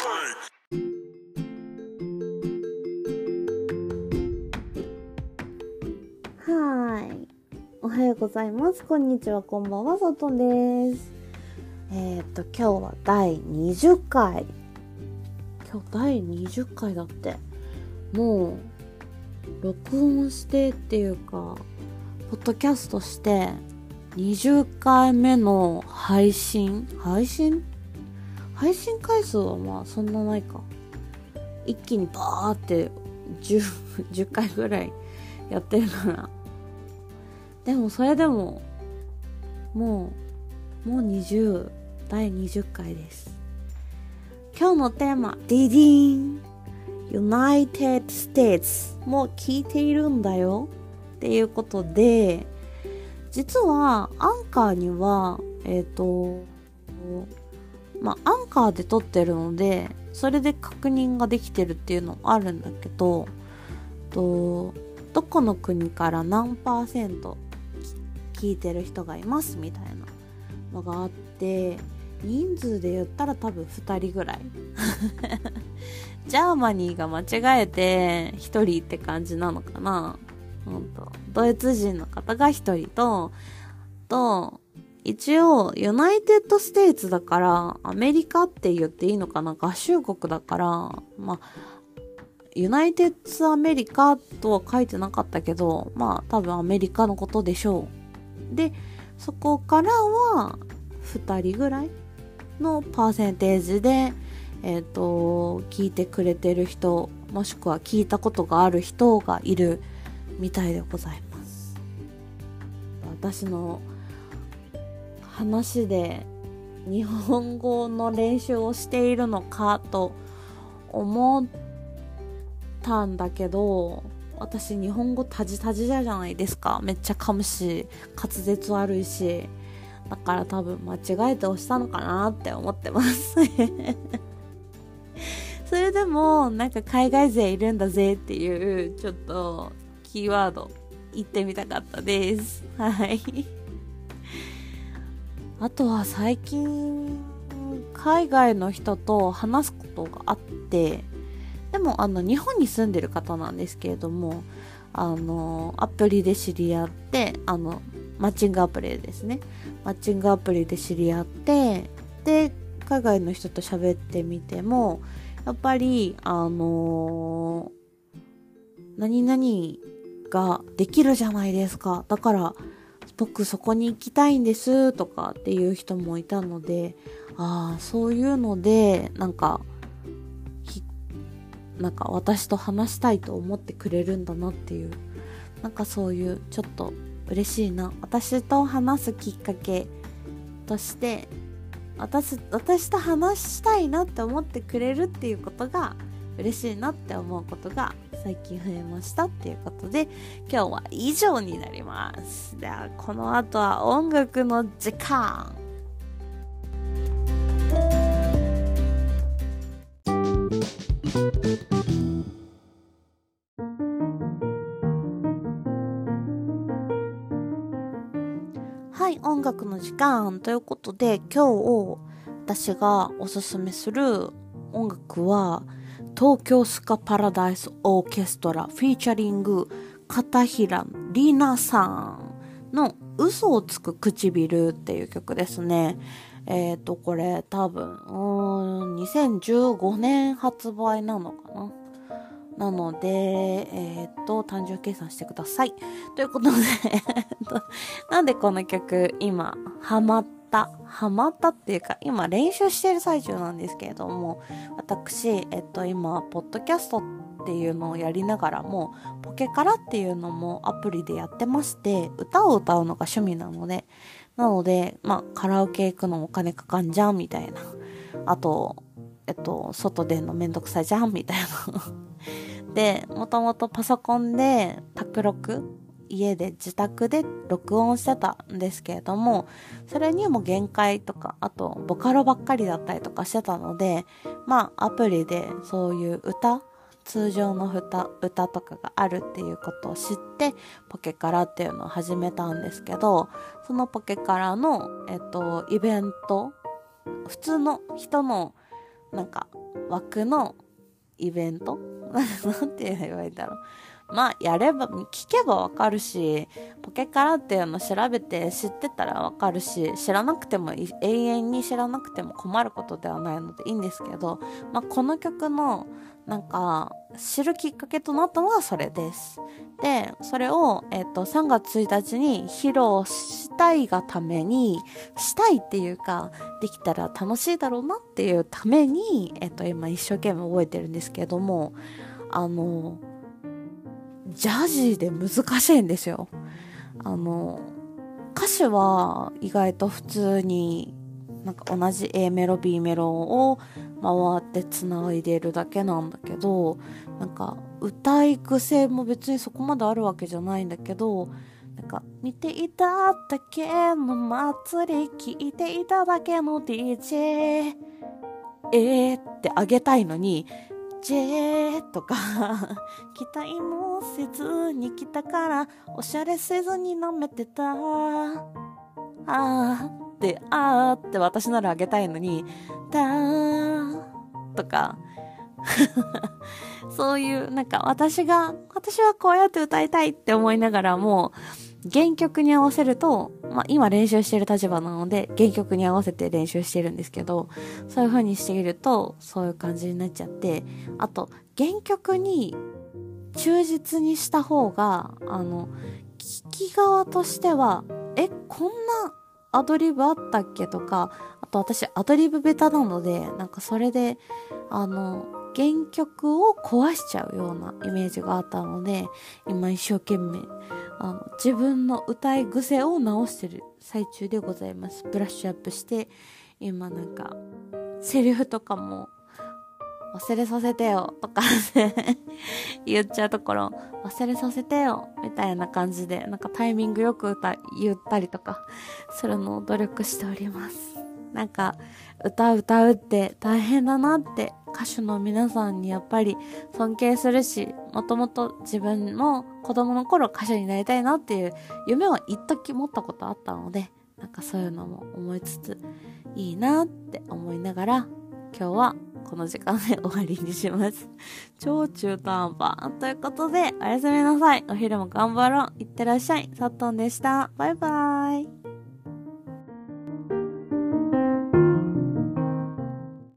はい。おはようございます。こんにちは、こんばんは、さとんです。今日は第20回。今日第20回だって。もう、録音してっていうか、ポッドキャストして、20回目の配信回数はまあそんなないか。一気にバーって10回ぐらいやってるから。でもそれでももう第20回です。今日のテーマ、ディディーン United States も聞いているんだよっていうことで、実はアンカーにはアンカーで撮ってるので、それで確認ができてるっていうのあるんだけど、どこの国から何%聞いてる人がいますみたいなのがあって、人数で言ったら多分2人ぐらいジャーマニーが間違えて1人って感じなのかな。ドイツ人の方が1人と一応ユナイテッドステイツだからアメリカって言っていいのかな、合衆国だから、ユナイテッドアメリカとは書いてなかったけど、多分アメリカのことでしょう。で、そこからは2人ぐらいのパーセンテージで、聞いてくれてる人、もしくは聞いたことがある人がいるみたいでございます。私の話で日本語の練習をしているのかと思ったんだけど、私日本語タジタジじゃないですか。めっちゃ噛むし滑舌悪いし、だから多分間違えて押したのかなって思ってますそれでもなんか海外勢いるんだぜっていうちょっとキーワード言ってみたかったです。はいあとは最近海外の人と話すことがあって、でも日本に住んでる方なんですけれども、アプリで知り合って、マッチングアプリでですね、マッチングアプリで知り合って、で海外の人と喋ってみてもやっぱり何々ができるじゃないですか、だから僕そこに行きたいんですとかっていう人もいたので、そういうのでなんか私と話したいと思ってくれるんだなっていう、そういうちょっと嬉しいな、私と話すきっかけとして私と話したいなって思ってくれるっていうことが嬉しいなって思うことが最近増えましたっていうことで、今日は以上になります。ではこの後は音楽の時間。はい、音楽の時間ということで、今日私がおすすめする音楽は東京スカパラダイスオーケストラフィーチャリング片平里奈さんの嘘をつく唇っていう曲ですね。これ多分2015年発売なのかな。なので、単純計算してください。ということでなんでこの曲今ハマったっていうか、今練習している最中なんですけれども、私、今ポッドキャストっていうのをやりながらもポケカラっていうのもアプリでやってまして、歌を歌うのが趣味なのでカラオケ行くのもお金かかんじゃんみたいな、あと外でのめんどくさいじゃんみたいなで、もともとパソコンで卓録、家で自宅で録音してたんですけれども、それにも限界とか、あとボカロばっかりだったりとかしてたので、アプリでそういう通常の歌とかがあるっていうことを知ってポケカラっていうのを始めたんですけど、そのポケカラのイベント、普通の人のなんか枠のイベントなんて言えばいいんだろう。まあ、やれば、聞けばわかるし、ポケカラっていうの調べて知ってたらわかるし、知らなくても、永遠に知らなくても困ることではないのでいいんですけど、まあ、この曲の、なんか、知るきっかけとなったのがそれです。で、それを、3月1日に披露したいがために、したいっていうか、できたら楽しいだろうなっていうために、今一生懸命覚えてるんですけども、ジャジーで難しいんですよ。歌詞は意外と普通になんか同じ A メロ B メロを回って繋いでるだけなんだけど、なんか歌い癖も別にそこまであるわけじゃないんだけど、なんか見ていただけの祭り、聞いていただけの DJ ってあげたいのにとか期待もせずに来たからおしゃれせずに舐めてたって私ならあげたいのにとかそういうなんか私はこうやって歌いたいって思いながらも原曲に合わせると、まあ今練習してる立場なので原曲に合わせて練習してるんですけど、そういう風にしているとそういう感じになっちゃって、あと原曲に忠実にした方が聞き側としてはこんなアドリブあったっけとか、あと私アドリブベタなのでなんかそれで原曲を壊しちゃうようなイメージがあったので、今一生懸命自分の歌い癖を直してる最中でございます。ブラッシュアップして今なんかセリフとかも忘れさせてよとか言っちゃうところ忘れさせてよみたいな感じでなんかタイミングよく言ったりとかするのを努力しております。なんか歌うって大変だなって歌手の皆さんにやっぱり尊敬するし、もともと自分も子供の頃歌手になりたいなっていう夢は一時持ったことあったので、なんかそういうのも思いつついいなって思いながら今日はこの時間で終わりにします。超中途半端ということでおやすみなさい。お昼も頑張ろう。いってらっしゃい。さっとんでした。バイバイ。